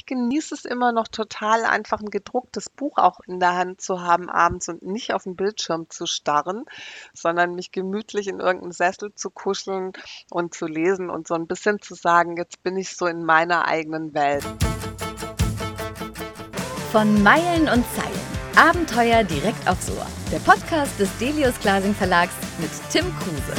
ich genieße es immer noch total, einfach ein gedrucktes Buch auch in der Hand zu haben abends und nicht auf den Bildschirm zu starren, sondern mich gemütlich in irgendeinen Sessel zu kuscheln und zu lesen und so ein bisschen zu sagen: „Jetzt bin ich so in meiner eigenen Welt.“ Von Meilen und Zeilen. Abenteuer direkt aufs Ohr. Der Podcast des Delius Glasing Verlags mit Tim Kruse.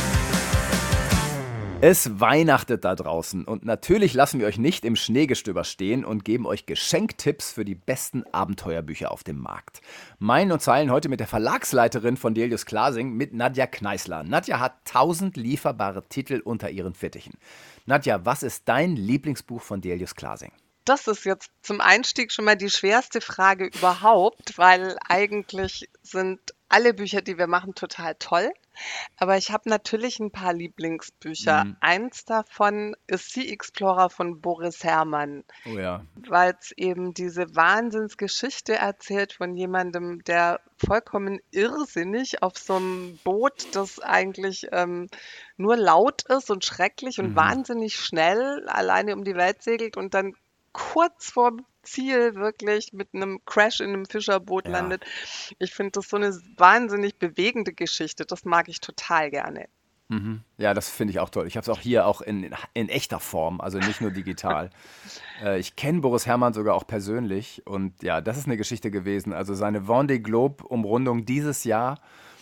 Es weihnachtet da draußen und natürlich lassen wir euch nicht im Schneegestöber stehen und geben euch Geschenktipps für die besten Abenteuerbücher auf dem Markt. Meilen und Zeilen heute mit der Verlagsleiterin von Delius Glasing, mit Nadja Kneißler. Nadja hat 1000 lieferbare Titel unter ihren Fittichen. Nadja, was ist dein Lieblingsbuch von Delius Glasing? Das ist jetzt zum Einstieg schon mal die schwerste Frage überhaupt, weil eigentlich sind alle Bücher, die wir machen, total toll. Aber ich habe natürlich ein paar Lieblingsbücher. Eins davon ist Sea Explorer von Boris Herrmann, Oh ja. weil es eben diese Wahnsinnsgeschichte erzählt von jemandem, der vollkommen irrsinnig auf so einem Boot, das eigentlich nur laut ist und schrecklich und wahnsinnig schnell alleine um die Welt segelt und dann kurz vorm Ziel wirklich mit einem Crash in einem Fischerboot Ja. landet. Ich finde das so eine wahnsinnig bewegende Geschichte. Das mag ich total gerne. Ja, das finde ich auch toll. Ich habe es auch hier auch in echter Form, also nicht nur digital. Ich kenne Boris Herrmann sogar auch persönlich und ja, das ist eine Geschichte gewesen. Also seine Vendée Globe-Umrundung dieses Jahr,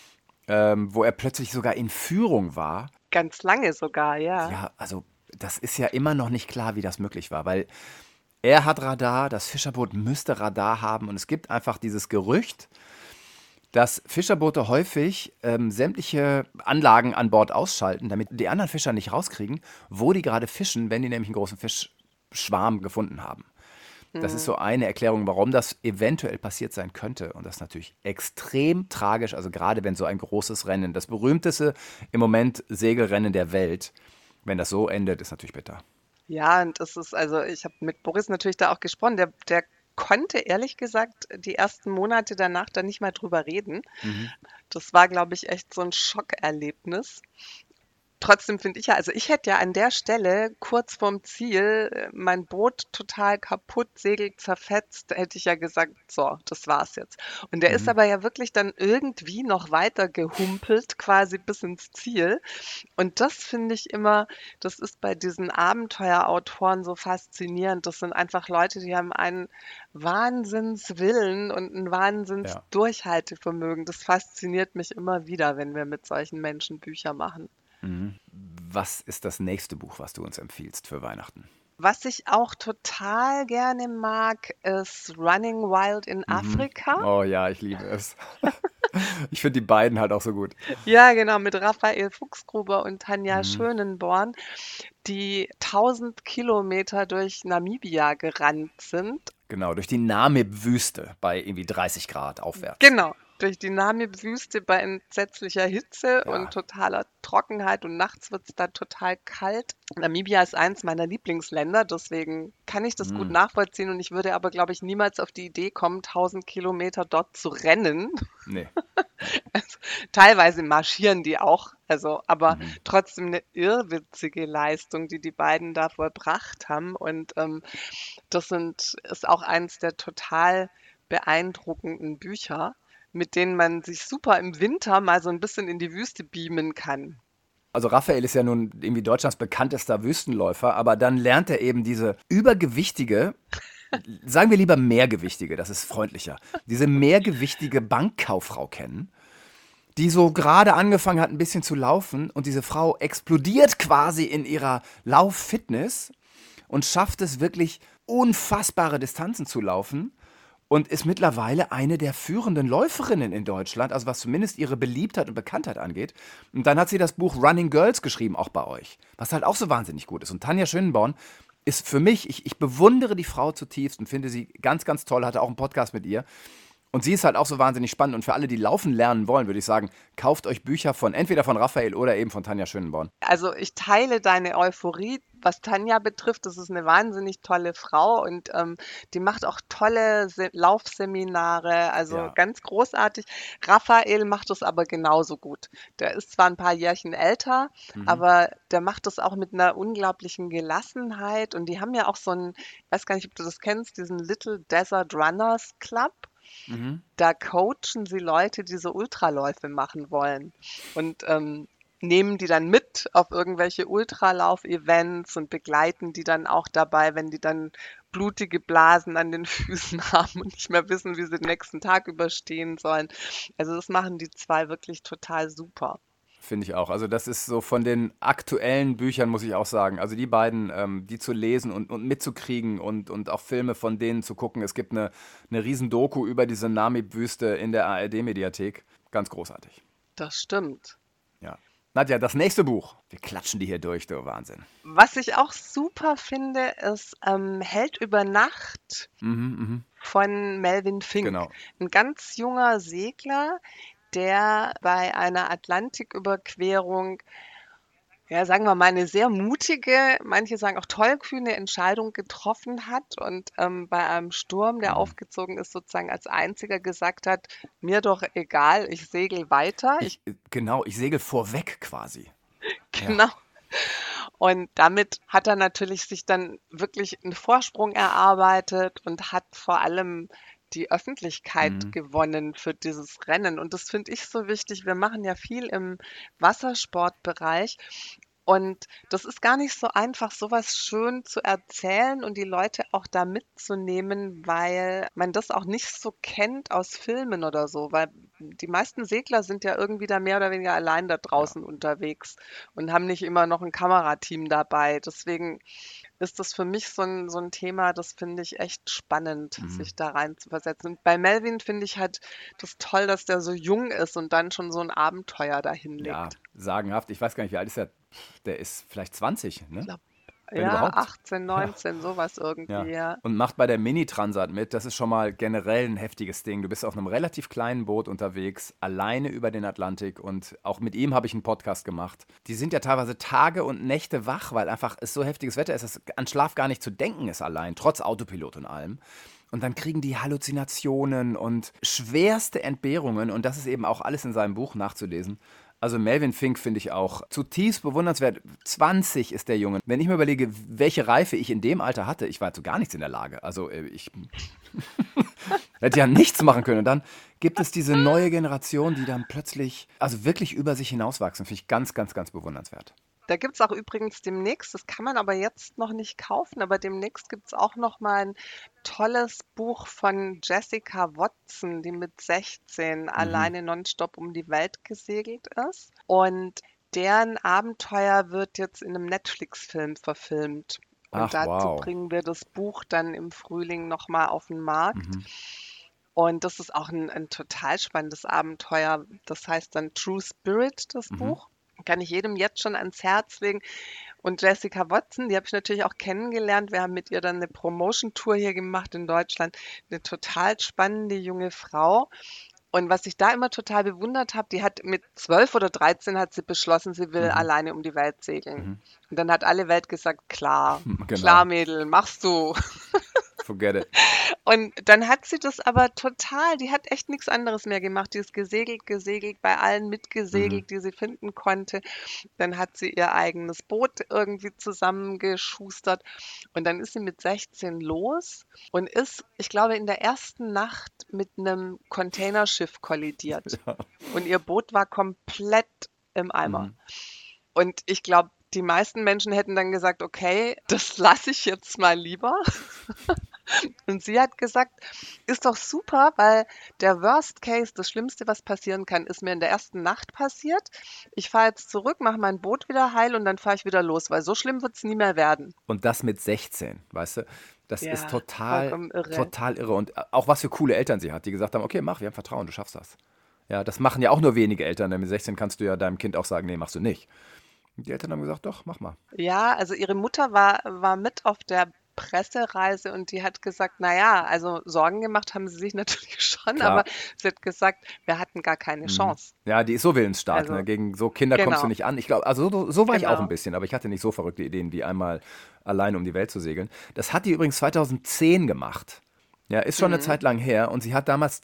wo er plötzlich sogar in Führung war. Ganz lange sogar, ja. Ja, also das ist ja immer noch nicht klar, wie das möglich war, weil er hat Radar, das Fischerboot müsste Radar haben und es gibt einfach dieses Gerücht, dass Fischerboote häufig sämtliche Anlagen an Bord ausschalten, damit die anderen Fischer nicht rauskriegen, wo die gerade fischen, wenn die nämlich einen großen Fischschwarm gefunden haben. Das ist so eine Erklärung, warum das eventuell passiert sein könnte. Und das ist natürlich extrem tragisch, also gerade wenn so ein großes Rennen, das berühmteste im Moment Segelrennen der Welt, wenn das so endet, ist natürlich bitter. Ja, und das ist, also ich habe mit Boris natürlich da auch gesprochen. Der konnte ehrlich gesagt die ersten Monate danach dann nicht mehr drüber reden. Das war, glaube ich, echt so ein Schockerlebnis. Trotzdem finde ich ja, also ich hätte ja an der Stelle kurz vorm Ziel mein Boot total kaputt, Segel zerfetzt, hätte ich ja gesagt, so, das war's jetzt. Und der ist aber ja wirklich dann irgendwie noch weiter gehumpelt, quasi bis ins Ziel. Und das finde ich immer, das ist bei diesen Abenteuerautoren so faszinierend. Das sind einfach Leute, die haben einen Wahnsinnswillen und ein Ja. Wahnsinnsdurchhaltevermögen. Das fasziniert mich immer wieder, wenn wir mit solchen Menschen Bücher machen. Was ist das nächste Buch, was du uns empfiehlst für Weihnachten? Was ich auch total gerne mag, ist Running Wild in Afrika. Oh ja, ich liebe es. Ich finde die beiden halt auch so gut. Ja, genau, mit Raphael Fuchsgruber und Tanja Schönenborn, die 1000 Kilometer durch Namibia gerannt sind. Genau, durch die Namib-Wüste bei irgendwie 30 Grad aufwärts. Genau, durch die Namib-Wüste bei entsetzlicher Hitze Ja. und totaler Trockenheit und nachts wird es da total kalt. Namibia ist eins meiner Lieblingsländer, deswegen kann ich das gut nachvollziehen und ich würde aber, glaube ich, niemals auf die Idee kommen, 1000 Kilometer dort zu rennen. Nee. Also, teilweise marschieren die auch, also, aber trotzdem eine irrwitzige Leistung, die die beiden da vollbracht haben. Und ist auch eins der total beeindruckenden Bücher, mit denen man sich super im Winter mal so ein bisschen in die Wüste beamen kann. Also Raphael ist ja nun irgendwie Deutschlands bekanntester Wüstenläufer, aber dann lernt er eben diese übergewichtige, sagen wir lieber mehrgewichtige, das ist freundlicher, diese mehrgewichtige Bankkauffrau kennen, die so gerade angefangen hat, ein bisschen zu laufen und diese Frau explodiert quasi in ihrer Lauffitness und schafft es wirklich unfassbare Distanzen zu laufen und ist mittlerweile eine der führenden Läuferinnen in Deutschland, also was zumindest ihre Beliebtheit und Bekanntheit angeht. Und dann hat sie das Buch Running Girls geschrieben, auch bei euch, was halt auch so wahnsinnig gut ist. Und Tanja Schönenborn ist für mich, ich bewundere die Frau zutiefst und finde sie ganz, ganz toll, hatte auch einen Podcast mit ihr. Und sie ist halt auch so wahnsinnig spannend. Und für alle, die laufen lernen wollen, würde ich sagen, kauft euch Bücher entweder von Raphael oder eben von Tanja Schönenborn. Also ich teile deine Euphorie, was Tanja betrifft. Das ist eine wahnsinnig tolle Frau und die macht auch tolle Laufseminare, also Ja. ganz großartig. Raphael macht das aber genauso gut. Der ist zwar ein paar Jährchen älter, aber der macht das auch mit einer unglaublichen Gelassenheit. Und die haben ja auch so einen, ich weiß gar nicht, ob du das kennst, diesen Little Desert Runners Club. Da coachen sie Leute, die so Ultraläufe machen wollen und nehmen die dann mit auf irgendwelche Ultralauf-Events und begleiten die dann auch dabei, wenn die dann blutige Blasen an den Füßen haben und nicht mehr wissen, wie sie den nächsten Tag überstehen sollen. Also das machen die zwei wirklich total super. Finde ich auch. Also das ist so von den aktuellen Büchern, muss ich auch sagen. Also die beiden, die zu lesen und mitzukriegen und auch Filme von denen zu gucken. Es gibt eine riesen Doku über diese Namib-Wüste in der ARD-Mediathek. Ganz großartig. Das stimmt. Ja. Nadja, das nächste Buch. Wir klatschen die hier durch, du Wahnsinn. Was ich auch super finde, ist Held über Nacht von Melvin Fink. Genau. Ein ganz junger Segler, der bei einer Atlantiküberquerung, ja, sagen wir mal, eine sehr mutige, manche sagen auch tollkühne Entscheidung getroffen hat und bei einem Sturm, der aufgezogen ist, sozusagen als einziger gesagt hat, mir doch egal, ich segel weiter. Ich segel vorweg quasi. Genau. Und damit hat er natürlich sich dann wirklich einen Vorsprung erarbeitet und hat vor allem die Öffentlichkeit gewonnen für dieses Rennen. Und das finde ich so wichtig. Wir machen ja viel im Wassersportbereich. Und das ist gar nicht so einfach, sowas schön zu erzählen und die Leute auch da mitzunehmen, weil man das auch nicht so kennt aus Filmen oder so, weil die meisten Segler sind ja irgendwie da mehr oder weniger allein da draußen unterwegs und haben nicht immer noch ein Kamerateam dabei. Deswegen ist das für mich so ein Thema, das finde ich echt spannend, sich da rein zu versetzen. Und bei Melvin finde ich halt das toll, dass der so jung ist und dann schon so ein Abenteuer dahin Ja, legt. sagenhaft. Ich weiß gar nicht, wie alt ist er? Der ist vielleicht 20, ne? Ich glaube, Wenn ja, überhaupt. 18, 19, sowas irgendwie, Ja. ja. Und macht bei der Mini-Transat mit. Das ist schon mal generell ein heftiges Ding. Du bist auf einem relativ kleinen Boot unterwegs, alleine über den Atlantik. Und auch mit ihm habe ich einen Podcast gemacht. Die sind ja teilweise Tage und Nächte wach, weil einfach es so heftiges Wetter ist, dass an Schlaf gar nicht zu denken ist allein, trotz Autopilot und allem. Und dann kriegen die Halluzinationen und schwerste Entbehrungen. Und das ist eben auch alles in seinem Buch nachzulesen. Also Melvin Fink finde ich auch zutiefst bewundernswert. 20 ist der Junge. Wenn ich mir überlege, welche Reife ich in dem Alter hatte, ich war zu gar nichts in der Lage. Also ich hätte ja nichts machen können. Und dann gibt es diese neue Generation, die dann plötzlich, also wirklich über sich hinauswachsen. Finde ich ganz, ganz, ganz bewundernswert. Da gibt es auch übrigens demnächst, das kann man aber jetzt noch nicht kaufen, aber demnächst gibt es auch noch mal ein tolles Buch von Jessica Watson, die mit 16 alleine nonstop um die Welt gesegelt ist. Und deren Abenteuer wird jetzt in einem Netflix-Film verfilmt. Und Ach, dazu wow. bringen wir das Buch dann im Frühling noch mal auf den Markt. Und das ist auch ein total spannendes Abenteuer. Das heißt dann True Spirit, das Buch. Kann ich jedem jetzt schon ans Herz legen. Und Jessica Watson, die habe ich natürlich auch kennengelernt. Wir haben mit ihr dann eine Promotion-Tour hier gemacht in Deutschland. Eine total spannende junge Frau. Und was ich da immer total bewundert habe, die hat mit 12 oder 13 hat sie beschlossen, sie will alleine um die Welt segeln. Und dann hat alle Welt gesagt, klar, Genau. klar Mädel, machst du. Forget it. Und dann hat sie das aber total, die hat echt nichts anderes mehr gemacht. Die ist gesegelt, bei allen mitgesegelt, die sie finden konnte. Dann hat sie ihr eigenes Boot irgendwie zusammengeschustert. Und dann ist sie mit 16 los und ist, ich glaube, in der ersten Nacht mit einem Containerschiff kollidiert. Und ihr Boot war komplett im Eimer. Und ich glaube, die meisten Menschen hätten dann gesagt, okay, das lasse ich jetzt mal lieber. Und sie hat gesagt, ist doch super, weil der Worst Case, das Schlimmste, was passieren kann, ist mir in der ersten Nacht passiert. Ich fahre jetzt zurück, mache mein Boot wieder heil und dann fahre ich wieder los, weil so schlimm wird es nie mehr werden. Und das mit 16, weißt du? Das Ja, ist total vollkommen irre. Und auch was für coole Eltern sie hat, die gesagt haben, okay, mach, wir haben Vertrauen, du schaffst das. Ja, das machen ja auch nur wenige Eltern, denn mit 16 kannst du ja deinem Kind auch sagen, nee, machst du nicht. Und die Eltern haben gesagt, doch, mach mal. Ja, also ihre Mutter war mit auf der Pressereise und die hat gesagt, naja, also Sorgen gemacht haben sie sich natürlich schon, aber Klar. sie hat gesagt, wir hatten gar keine Mhm. Chance. Ja, die ist so willensstark, ne? Also, Gegen so Kinder kommst du genau, nicht an. Ich glaube, also so war ich auch ein genau. bisschen, aber ich hatte nicht so verrückte Ideen, wie einmal alleine um die Welt zu segeln. Das hat die übrigens 2010 gemacht. Ja, ist schon eine Mhm. Zeit lang her und sie hat damals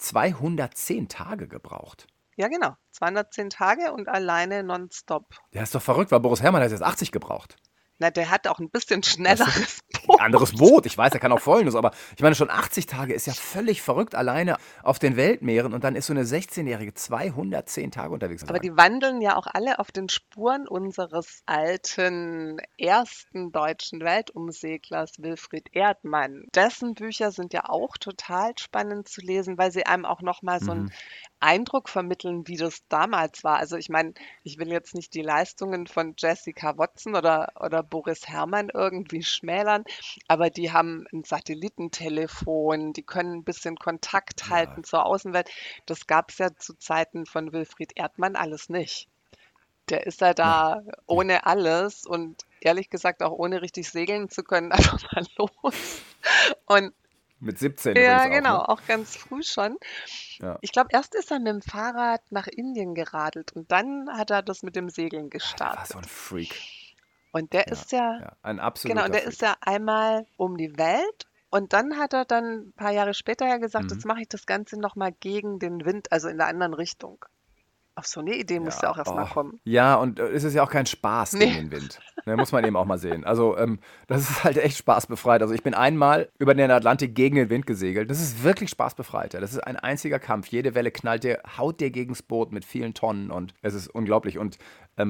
210 Tage gebraucht. Ja, genau. 210 Tage und alleine nonstop. Ja, ist doch verrückt, weil Boris Herrmann hat jetzt 80 gebraucht. Na, der hat auch ein bisschen Weißt du? schnelleres Anderes Boot. Boot, ich weiß, er kann auch Vollnuss, aber ich meine, schon 80 Tage ist ja völlig verrückt, alleine auf den Weltmeeren und dann ist so eine 16-Jährige 210 Tage unterwegs zu Aber sein. die wandeln ja auch alle auf den Spuren unseres alten ersten deutschen Weltumseglers Wilfried Erdmann. Dessen Bücher sind ja auch total spannend zu lesen, weil sie einem auch noch mal so 'n Mhm. Eindruck vermitteln, wie das damals war. Also, ich meine, ich will jetzt nicht die Leistungen von Jessica Watson oder Boris Herrmann irgendwie schmälern, aber die haben ein Satellitentelefon, die können ein bisschen Kontakt Ja, halten zur Außenwelt. Das gab es ja zu Zeiten von Wilfried Erdmann alles nicht. Der ist ja nee, da nee. ohne alles und ehrlich gesagt auch ohne richtig segeln zu können, einfach mal los. Und Mit 17 übrigens ja, auch, genau, ne? auch ganz früh schon. Ja, Ich glaube, erst ist er mit dem Fahrrad nach Indien geradelt und dann hat er das mit dem Segeln ja, der war so gestartet. ein Freak. Und der Ja, ist ja, ja, ein genau, und absoluter der ist Freak. ja einmal um die Welt und dann hat er dann ein paar Jahre später ja gesagt, Mhm. jetzt mache ich das Ganze nochmal gegen den Wind, also in der anderen Richtung. Auf so eine Idee muss ja Ja, auch erst mal oh. kommen. Ja, und es ist ja auch kein Spaß gegen Nee, den Wind. Ne, muss man eben auch mal sehen. Also, das ist halt echt spaßbefreit. Also, ich bin einmal über den Atlantik gegen den Wind gesegelt. Das ist wirklich spaßbefreit. Ja. Das ist ein einziger Kampf. Jede Welle knallt dir, haut dir gegens Boot mit vielen Tonnen und es ist unglaublich. Und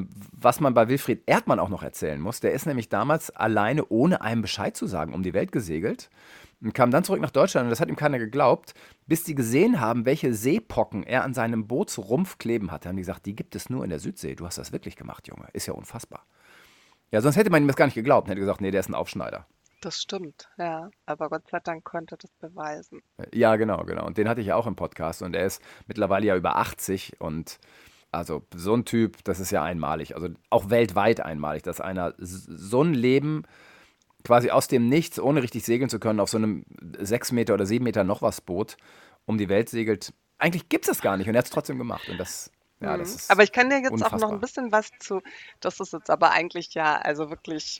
was man bei Wilfried Erdmann auch noch erzählen muss, der ist nämlich damals alleine, ohne einem Bescheid zu sagen, um die Welt gesegelt und kam dann zurück nach Deutschland und das hat ihm keiner geglaubt, bis die gesehen haben, welche Seepocken er an seinem Bootsrumpf kleben hatte. Haben die gesagt, die gibt es nur in der Südsee. Du hast das wirklich gemacht, Junge. Ist ja unfassbar. Ja, sonst hätte man ihm das gar nicht geglaubt. Man hätte gesagt, nee, der ist ein Aufschneider. das stimmt, ja. Aber Gott sei Dank konnte er das beweisen. Ja, genau, genau. Und den hatte ich ja auch im Podcast und er ist mittlerweile ja über 80 und also so ein Typ, das ist ja einmalig. Also auch weltweit einmalig, dass einer so ein Leben quasi aus dem Nichts, ohne richtig segeln zu können, auf so einem 6 Meter oder 7 Meter noch was Boot um die Welt segelt. Eigentlich gibt es das gar nicht und er hat es trotzdem gemacht. Und das, ja, das Mhm. Aber ist ich kann dir jetzt auch noch ein unfassbar. bisschen was zu, das ist jetzt aber eigentlich ja, also wirklich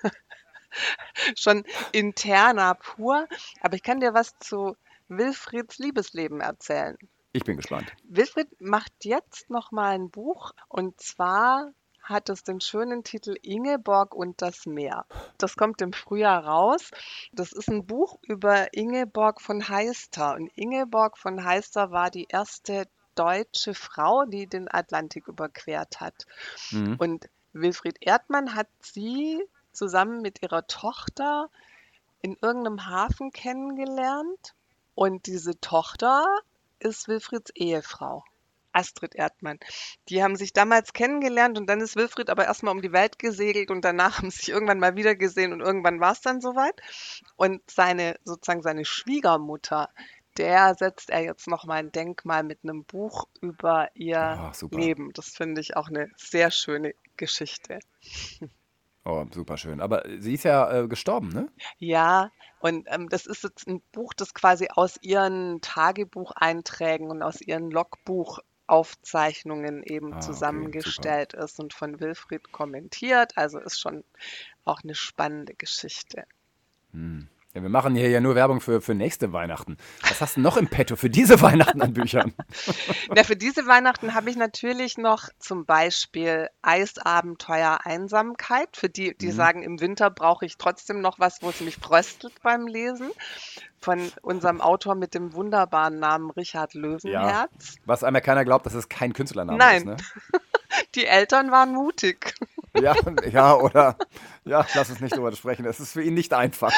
schon interner pur, aber ich kann dir was zu Wilfrieds Liebesleben erzählen. Ich bin gespannt. Wilfried macht jetzt noch mal ein Buch und zwar hat es den schönen Titel Ingeborg und das Meer. Das kommt im Frühjahr raus. Das ist ein Buch über Ingeborg von Heister. Und Ingeborg von Heister war die erste deutsche Frau, die den Atlantik überquert hat. Mhm. Und Wilfried Erdmann hat sie zusammen mit ihrer Tochter in irgendeinem Hafen kennengelernt. Und diese Tochter ist Wilfrieds Ehefrau, Astrid Erdmann. Die haben sich damals kennengelernt und dann ist Wilfried aber erstmal um die Welt gesegelt und danach haben sie sich irgendwann mal wieder gesehen und irgendwann war es dann soweit. Und sozusagen seine Schwiegermutter, der setzt er jetzt nochmal ein Denkmal mit einem Buch über ihr Oh, super. Leben. Das finde ich auch eine sehr schöne Geschichte. Oh, super schön. Aber sie ist ja gestorben, ne? Ja, und das ist jetzt ein Buch, das quasi aus ihren Tagebucheinträgen und aus ihren Logbuchaufzeichnungen eben Ah, okay, super. zusammengestellt ist und von Wilfried kommentiert. Also ist schon auch eine spannende Geschichte. Hm. Ja, wir machen hier ja nur Werbung für nächste Weihnachten. Was hast du noch im Petto für diese Weihnachten an Büchern? Na, für diese Weihnachten habe ich natürlich noch zum Beispiel Eisabenteuer Einsamkeit. Für die, die Mhm. sagen, im Winter brauche ich trotzdem noch was, wo es mich fröstelt beim Lesen. Von unserem Autor mit dem wunderbaren Namen Richard Ja, Löwenherz. was einem ja keiner glaubt, dass es kein Künstlername ist, Nein, ne? die Eltern waren mutig. Ja, ja, oder, ja, lass uns nicht darüber sprechen. Es ist für ihn nicht einfach.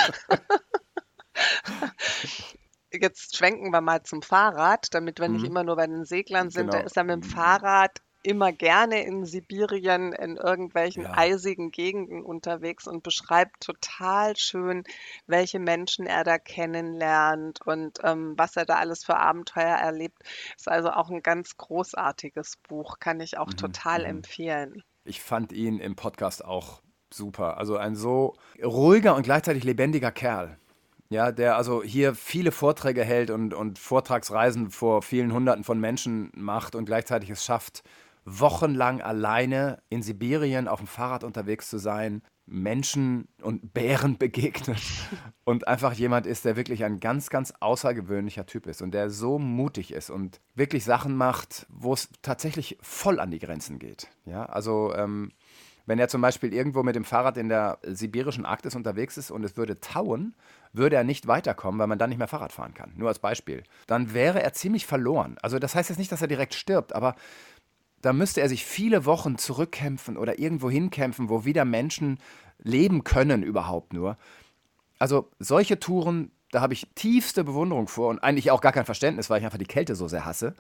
Jetzt schwenken wir mal zum Fahrrad, damit wir nicht Mhm. immer nur bei den Seglern sind. Der Genau. ist ja mit dem Fahrrad immer gerne in Sibirien in irgendwelchen Ja. eisigen Gegenden unterwegs und beschreibt total schön, welche Menschen er da kennenlernt und was er da alles für Abenteuer erlebt. Ist also auch ein ganz großartiges Buch, kann ich auch Mhm. total Mhm. empfehlen. Ich fand ihn im Podcast auch super. Also ein so ruhiger und gleichzeitig lebendiger Kerl. Ja, der also hier viele Vorträge hält und Vortragsreisen vor vielen Hunderten von Menschen macht und gleichzeitig es schafft, wochenlang alleine in Sibirien auf dem Fahrrad unterwegs zu sein, Menschen und Bären begegnet und einfach jemand ist, der wirklich ein ganz, ganz außergewöhnlicher Typ ist und der so mutig ist und wirklich Sachen macht, wo es tatsächlich voll an die Grenzen geht. Ja, also wenn er zum Beispiel irgendwo mit dem Fahrrad in der sibirischen Arktis unterwegs ist und es würde tauen, würde er nicht weiterkommen, weil man dann nicht mehr Fahrrad fahren kann. Nur als Beispiel. Dann wäre er ziemlich verloren. Also das heißt jetzt nicht, dass er direkt stirbt, aber da müsste er sich viele Wochen zurückkämpfen oder irgendwo hinkämpfen, wo wieder Menschen leben können überhaupt nur. Also solche Touren, da habe ich tiefste Bewunderung vor und eigentlich auch gar kein Verständnis, weil ich einfach die Kälte so sehr hasse.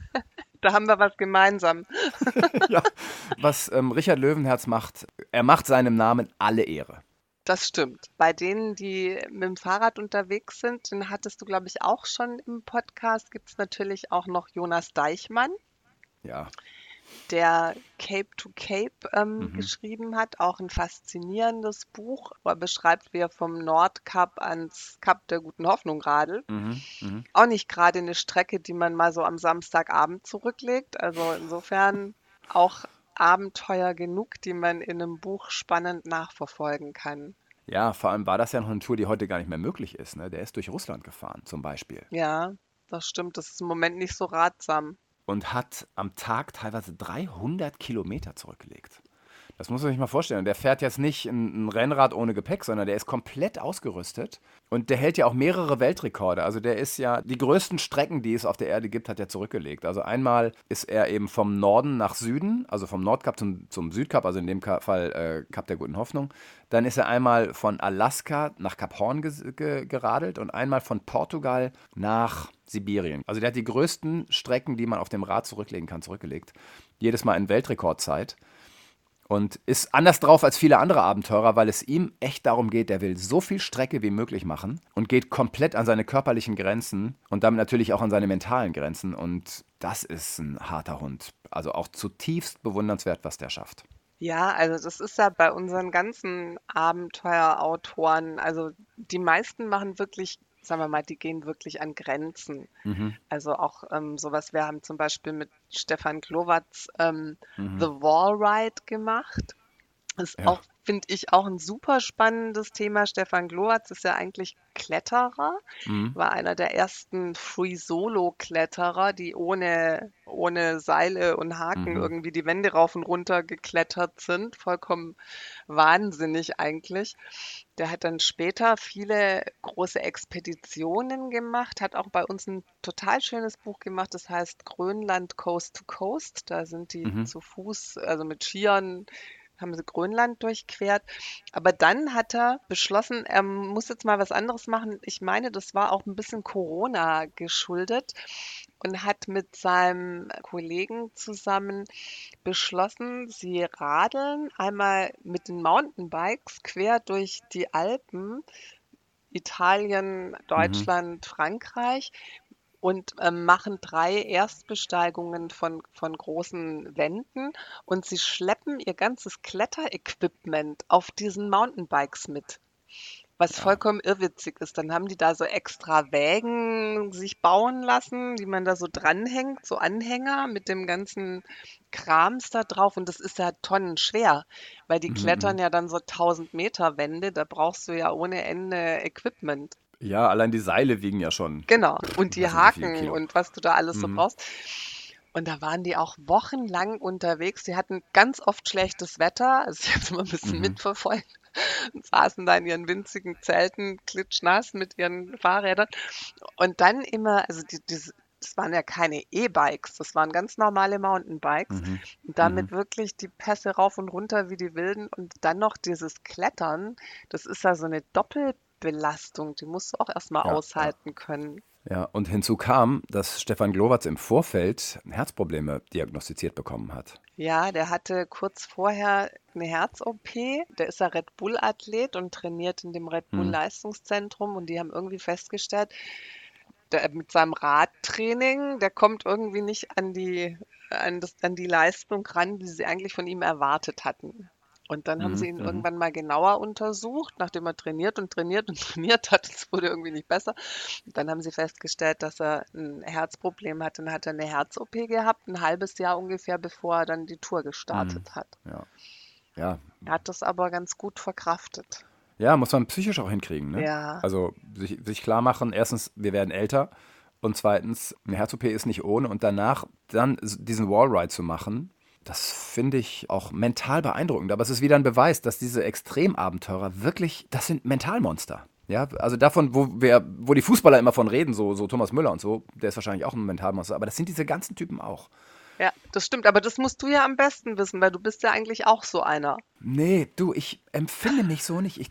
Da haben wir was gemeinsam. Ja, was Richard Löwenherz macht, er macht seinem Namen alle Ehre. Das stimmt. Bei denen, die mit dem Fahrrad unterwegs sind, den hattest du, glaube ich, auch schon im Podcast, gibt es natürlich auch noch Jonas Deichmann, Ja, der Cape to Cape mhm. geschrieben hat. Auch ein faszinierendes Buch, wo er beschreibt, wie er vom Nordkap ans Kap der Guten Hoffnung radelt. Mhm. Mhm. Auch nicht gerade eine Strecke, die man mal so am Samstagabend zurücklegt. Also insofern auch Abenteuer genug, die man in einem Buch spannend nachverfolgen kann. Ja, vor allem war das ja noch eine Tour, die heute gar nicht mehr möglich ist. Ne? Der ist durch Russland gefahren, zum Beispiel. Ja, das stimmt. Das ist im Moment nicht so ratsam. Und hat am Tag teilweise 300 Kilometer zurückgelegt. Das muss man sich mal vorstellen. Und der fährt jetzt nicht ein Rennrad ohne Gepäck, sondern der ist komplett ausgerüstet. Und der hält ja auch mehrere Weltrekorde. Also der ist ja, die größten Strecken, die es auf der Erde gibt, hat er zurückgelegt. Also einmal ist er eben vom Norden nach Süden, also vom Nordkap zum Südkap, also in dem Fall Kap der Guten Hoffnung. Dann ist er einmal von Alaska nach Kap Horn geradelt und einmal von Portugal nach Sibirien. Also der hat die größten Strecken, die man auf dem Rad zurücklegen kann, zurückgelegt. Jedes Mal in Weltrekordzeit. Und ist anders drauf als viele andere Abenteurer, weil es ihm echt darum geht, der will so viel Strecke wie möglich machen und geht komplett an seine körperlichen Grenzen und damit natürlich auch an seine mentalen Grenzen. Und das ist ein harter Hund. Also auch zutiefst bewundernswert, was der schafft. Ja, also das ist ja bei unseren ganzen Abenteuerautoren, also die meisten machen wirklich, sagen wir mal, die gehen wirklich an Grenzen. Mhm. Also auch sowas, wir haben zum Beispiel mit Stefan Glowacz The Mhm. Wall Ride gemacht. Ist auch, Ja. finde ich, auch ein super spannendes Thema. Stefan Glowacz ist ja eigentlich Kletterer, Mhm. war einer der ersten Free-Solo-Kletterer, die ohne Seile und Haken Mhm. irgendwie die Wände rauf und runter geklettert sind. Vollkommen wahnsinnig eigentlich. Der hat dann später viele große Expeditionen gemacht, hat auch bei uns ein total schönes Buch gemacht, das heißt Grönland Coast to Coast. Da sind die Mhm. zu Fuß, also mit Skiern haben sie Grönland durchquert. Aber dann hat er beschlossen, er muss jetzt mal was anderes machen. Ich meine, das war auch ein bisschen Corona geschuldet und hat mit seinem Kollegen zusammen beschlossen, sie radeln einmal mit den Mountainbikes quer durch die Alpen, Italien, Mhm. Deutschland, Frankreich und machen 3 Erstbesteigungen von großen Wänden und sie schleppen ihr ganzes Kletterequipment auf diesen Mountainbikes mit. Was Ja. vollkommen irrwitzig ist. Dann haben die da so extra Wägen sich bauen lassen, die man da so dranhängt, so Anhänger mit dem ganzen Krams da drauf. Und das ist ja tonnenschwer, weil die Mhm. klettern Mhm. ja dann so 1000 Meter Wände. Da brauchst du ja ohne Ende Equipment. Ja, allein die Seile wiegen ja schon, Genau. Und ich die weiß nicht wie viele Haken Kilo. und was du da alles so Mhm. brauchst. Und da waren die auch wochenlang unterwegs. Die hatten ganz oft schlechtes Wetter. Also ich habe es immer ein bisschen Mhm. mitverfolgt und saßen da in ihren winzigen Zelten, klitschnass mit ihren Fahrrädern. Und dann immer, also das waren ja keine E-Bikes, das waren ganz normale Mountainbikes. Mhm. Und Mhm. damit wirklich die Pässe rauf und runter wie die Wilden. Und dann noch dieses Klettern, das ist ja so eine Doppelbelastung, die musst du auch erstmal Ja, ja. aushalten können. Ja, und hinzu kam, dass Stefan Glowacz im Vorfeld Herzprobleme diagnostiziert bekommen hat. Ja, der hatte kurz vorher eine Herz-OP. Der ist ja Red Bull-Athlet und trainiert in dem Red Mhm. Bull-Leistungszentrum. Und die haben irgendwie festgestellt, der mit seinem Radtraining, der kommt irgendwie nicht an die Leistung ran, die sie eigentlich von ihm erwartet hatten. Und dann haben sie ihn irgendwann mal genauer untersucht, nachdem er trainiert und trainiert und trainiert hat. Es wurde irgendwie nicht besser. Und dann haben sie festgestellt, dass er ein Herzproblem hatte. Dann hat er eine Herz-OP gehabt, ein halbes Jahr ungefähr, bevor er dann die Tour gestartet hat. Ja. Ja. Er hat das aber ganz gut verkraftet. Ja, muss man psychisch auch hinkriegen, ne? Ja. Also sich klar machen, erstens, wir werden älter und zweitens, eine Herz-OP ist nicht ohne und danach dann diesen Wallride zu machen, das finde ich auch mental beeindruckend. Aber es ist wieder ein Beweis, dass diese Extremabenteurer wirklich, das sind Mentalmonster. Ja, also davon, wo die Fußballer immer von reden, so Thomas Müller und so, der ist wahrscheinlich auch ein Mentalmonster, aber das sind diese ganzen Typen auch. Ja, das stimmt. Aber das musst du ja am besten wissen, weil du bist ja eigentlich auch so einer. Nee, du, ich empfinde mich so nicht.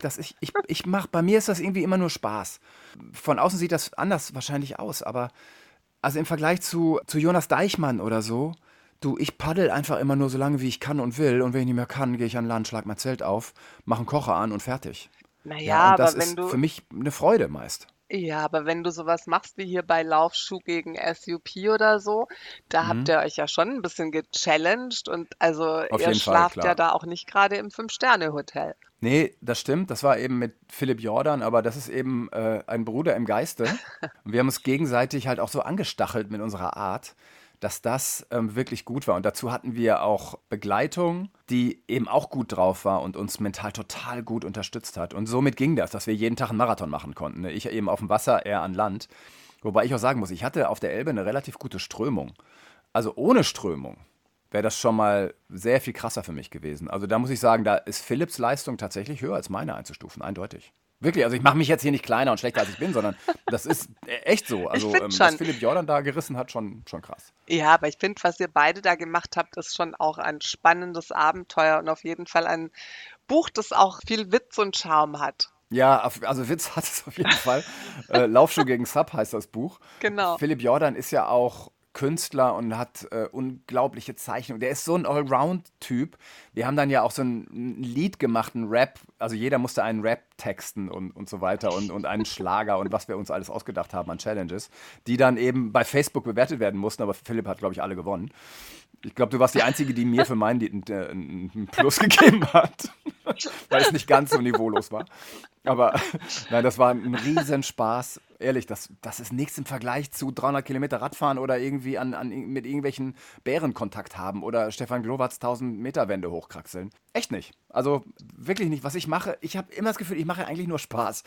Bei mir ist das irgendwie immer nur Spaß. Von außen sieht das anders wahrscheinlich aus, aber also im Vergleich zu Jonas Deichmann oder so, du, ich paddel einfach immer nur so lange, wie ich kann und will. Und wenn ich nicht mehr kann, gehe ich an Land, schlag mein Zelt auf, mache einen Kocher an und fertig. Naja, Ja, und das aber wenn ist du, für mich eine Freude meist. ja, aber wenn du sowas machst wie hier bei Laufschuh gegen SUP oder so, da habt ihr euch ja schon ein bisschen gechallenged und also Auf ihr jeden Fall, schlaft ja klar. da auch nicht gerade im Fünf-Sterne-Hotel. Nee, das stimmt. Das war eben mit Philipp Jordan, aber das ist eben ein Bruder im Geiste. Und wir haben uns gegenseitig halt auch so angestachelt mit unserer Art, dass das wirklich gut war. Und dazu hatten wir auch Begleitung, die eben auch gut drauf war und uns mental total gut unterstützt hat. Und somit ging das, dass wir jeden Tag einen Marathon machen konnten. Ne? Ich eben auf dem Wasser, er an Land. Wobei ich auch sagen muss, ich hatte auf der Elbe eine relativ gute Strömung. Also ohne Strömung wäre das schon mal sehr viel krasser für mich gewesen. Also da muss ich sagen, da ist Philipps Leistung tatsächlich höher als meine einzustufen, eindeutig. Wirklich, also ich mache mich jetzt hier nicht kleiner und schlechter als ich bin, sondern das ist echt so. Ich Also finde was schon. Philipp Jordan da gerissen hat, schon krass. Ja, aber ich finde, was ihr beide da gemacht habt, ist schon auch ein spannendes Abenteuer und auf jeden Fall ein Buch, das auch viel Witz und Charme hat. Ja, also Witz hat es auf jeden Fall. Laufschuh gegen Sub heißt das Buch. Genau. Philipp Jordan ist ja auch Künstler und hat unglaubliche Zeichnungen. Der ist so ein Allround-Typ. Wir haben dann ja auch so ein Lied gemacht, ein Rap. Also jeder musste einen Rap texten und so weiter und einen Schlager und was wir uns alles ausgedacht haben an Challenges, die dann eben bei Facebook bewertet werden mussten. Aber Philipp hat, glaube ich, alle gewonnen. Ich glaube, du warst die Einzige, die mir für mein Lied einen Plus gegeben hat, weil es nicht ganz so niveaulos war. Aber nein, das war ein Riesenspaß. Ehrlich, das ist nichts im Vergleich zu 300 Kilometer Radfahren oder irgendwie mit irgendwelchen Bären Kontakt haben oder Stefan Glowacz 1000 Meter Wände hochkraxeln. Echt nicht. Also wirklich nicht. Was ich mache, ich habe immer das Gefühl, ich mache eigentlich nur Spaß.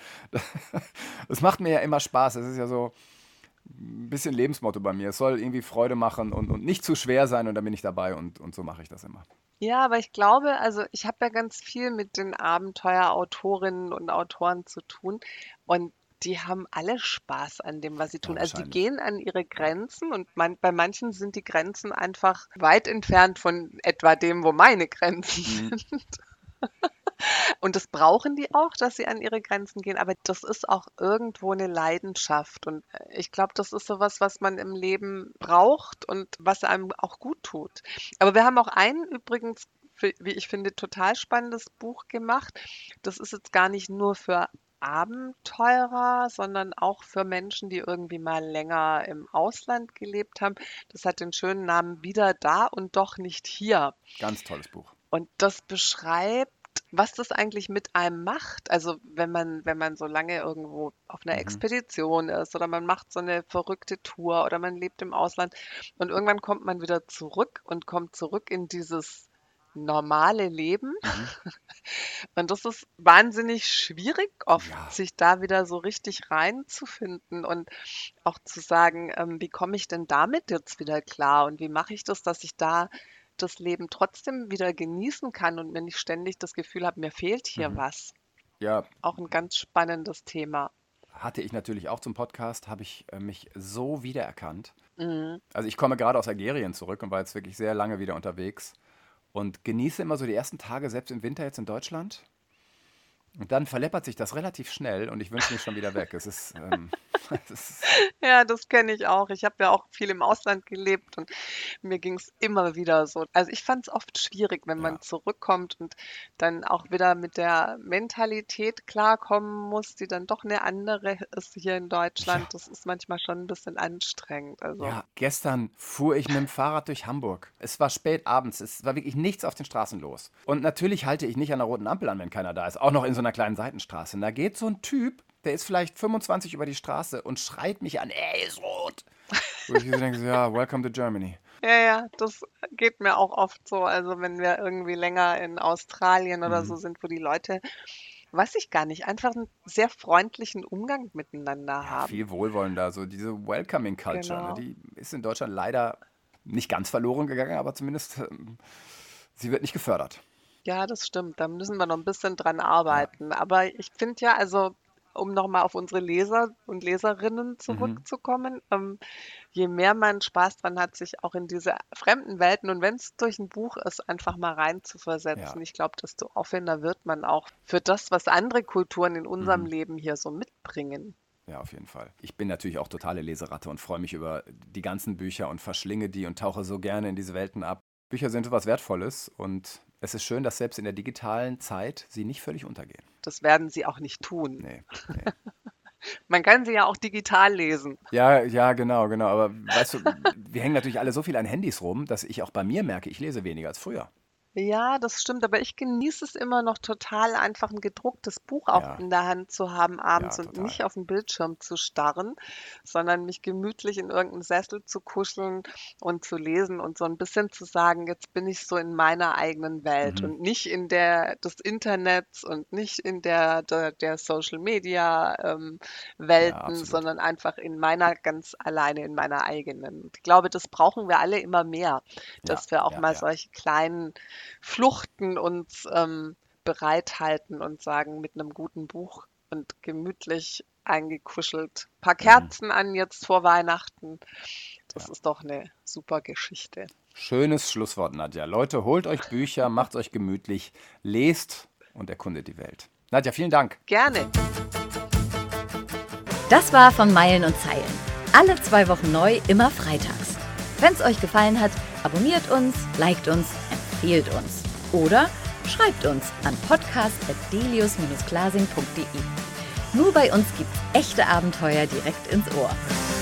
Es macht mir ja immer Spaß. Es ist ja so ein bisschen Lebensmotto bei mir. Es soll irgendwie Freude machen und nicht zu schwer sein und dann bin ich dabei und so mache ich das immer. Ja, aber ich glaube, also ich habe ja ganz viel mit den Abenteuerautorinnen und Autoren zu tun und die haben alle Spaß an dem, was sie Ja, tun. Also die wahrscheinlich. gehen an ihre Grenzen und bei manchen sind die Grenzen einfach weit entfernt von etwa dem, wo meine Grenzen Mhm. sind. Und das brauchen die auch, dass sie an ihre Grenzen gehen, aber das ist auch irgendwo eine Leidenschaft. Und ich glaube, das ist so was man im Leben braucht und was einem auch gut tut. Aber wir haben auch ein übrigens, wie ich finde, total spannendes Buch gemacht. Das ist jetzt gar nicht nur für Abenteurer, sondern auch für Menschen, die irgendwie mal länger im Ausland gelebt haben. Das hat den schönen Namen Wieder da und doch nicht hier. Ganz tolles Buch. Und das beschreibt, was das eigentlich mit einem macht. Also wenn man so lange irgendwo auf einer Mhm. Expedition ist oder man macht so eine verrückte Tour oder man lebt im Ausland und irgendwann kommt man wieder zurück und kommt zurück in dieses normale Leben. Mhm. Und das ist wahnsinnig schwierig, oft Ja. sich da wieder so richtig reinzufinden und auch zu sagen, wie komme ich denn damit jetzt wieder klar und wie mache ich das, dass ich da das Leben trotzdem wieder genießen kann und mir nicht ständig das Gefühl habe, mir fehlt hier Mhm. was. Ja, Auch ein ganz spannendes Thema. hatte ich natürlich auch zum Podcast, habe ich mich so wiedererkannt. Mhm. Also ich komme gerade aus Algerien zurück und war jetzt wirklich sehr lange wieder unterwegs und genieße immer so die ersten Tage, selbst im Winter jetzt in Deutschland. Und dann verleppert sich das relativ schnell und ich wünsche mich schon wieder weg. Es ist Ja, das kenne ich auch. Ich habe ja auch viel im Ausland gelebt und mir ging es immer wieder so. Also ich fand es oft schwierig, wenn man ja, zurückkommt und dann auch wieder mit der Mentalität klarkommen muss, die dann doch eine andere ist hier in ja, Deutschland. Das ist manchmal schon ein bisschen anstrengend. Also ja. Gestern fuhr ich mit dem Fahrrad durch Hamburg. Es war spät abends, es war wirklich nichts auf den Straßen los. Und natürlich halte ich nicht an der roten Ampel an, wenn keiner da ist. Auch noch in so einer kleinen Seitenstraße. Und da geht so ein Typ, der ist vielleicht 25 über die Straße und schreit mich an, ey, ist rot. Wo ich so denke, so, ja, welcome to Germany. ja, ja, das geht mir auch oft so. Also wenn wir irgendwie länger in Australien oder so Mhm. sind, wo die Leute, weiß ich gar nicht, einfach einen sehr freundlichen Umgang miteinander Ja, haben. viel wohlwollender, so diese Welcoming Culture, ne? Genau. Die ist in Deutschland leider nicht ganz verloren gegangen, aber zumindest sie wird nicht gefördert. Ja, das stimmt. Da müssen wir noch ein bisschen dran Ja. arbeiten. Aber ich finde ja, also um nochmal auf unsere Leser und Leserinnen Mhm. zurückzukommen, je mehr man Spaß dran hat, sich auch in diese fremden Welten und wenn es durch ein Buch ist, einfach mal Ja. reinzuversetzen. Ich glaube, desto offener wird man auch für das, was andere Kulturen in unserem Mhm. Leben hier so mitbringen. Ja, auf jeden Fall. Ich bin natürlich auch totale Leseratte und freue mich über die ganzen Bücher und verschlinge die und tauche so gerne in diese Welten ab. Bücher sind etwas Wertvolles und es ist schön, dass selbst in der digitalen Zeit sie nicht völlig untergehen. Das werden sie auch nicht tun. Nee, nee. Man kann sie ja auch digital lesen. Ja, ja, genau, genau. Aber weißt du, wir hängen natürlich alle so viel an Handys rum, dass ich auch bei mir merke, ich lese weniger als früher. Ja, das stimmt, aber ich genieße es immer noch total, einfach ein gedrucktes Buch auch Ja, in der Hand zu haben abends ja, und total. nicht auf den Bildschirm zu starren, sondern mich gemütlich in irgendeinen Sessel zu kuscheln und zu lesen und so ein bisschen zu sagen: „Jetzt bin ich so in meiner eigenen Welt Mhm. und nicht in der des Internets und nicht in der Social Media, Ja, Welten, absolut. sondern einfach in meiner ganz alleine in meiner eigenen.“ Und ich glaube, das brauchen wir alle immer mehr, Ja, dass wir auch ja, mal ja. solche kleinen Fluchten uns bereithalten und sagen, mit einem guten Buch und gemütlich eingekuschelt, paar Mhm. Kerzen an jetzt vor Weihnachten. Das Ja. ist doch eine super Geschichte. Schönes Schlusswort, Nadja. Leute, holt euch Bücher, macht euch gemütlich, lest und erkundet die Welt. Nadja, vielen Dank. Gerne. Das war von Meilen und Zeilen. Alle 2 Wochen neu, immer freitags. Wenn es euch gefallen hat, abonniert uns, liked uns, empfehlt uns. Oder schreibt uns an podcast@delius-glasing.de. Nur bei uns gibt's echte Abenteuer direkt ins Ohr.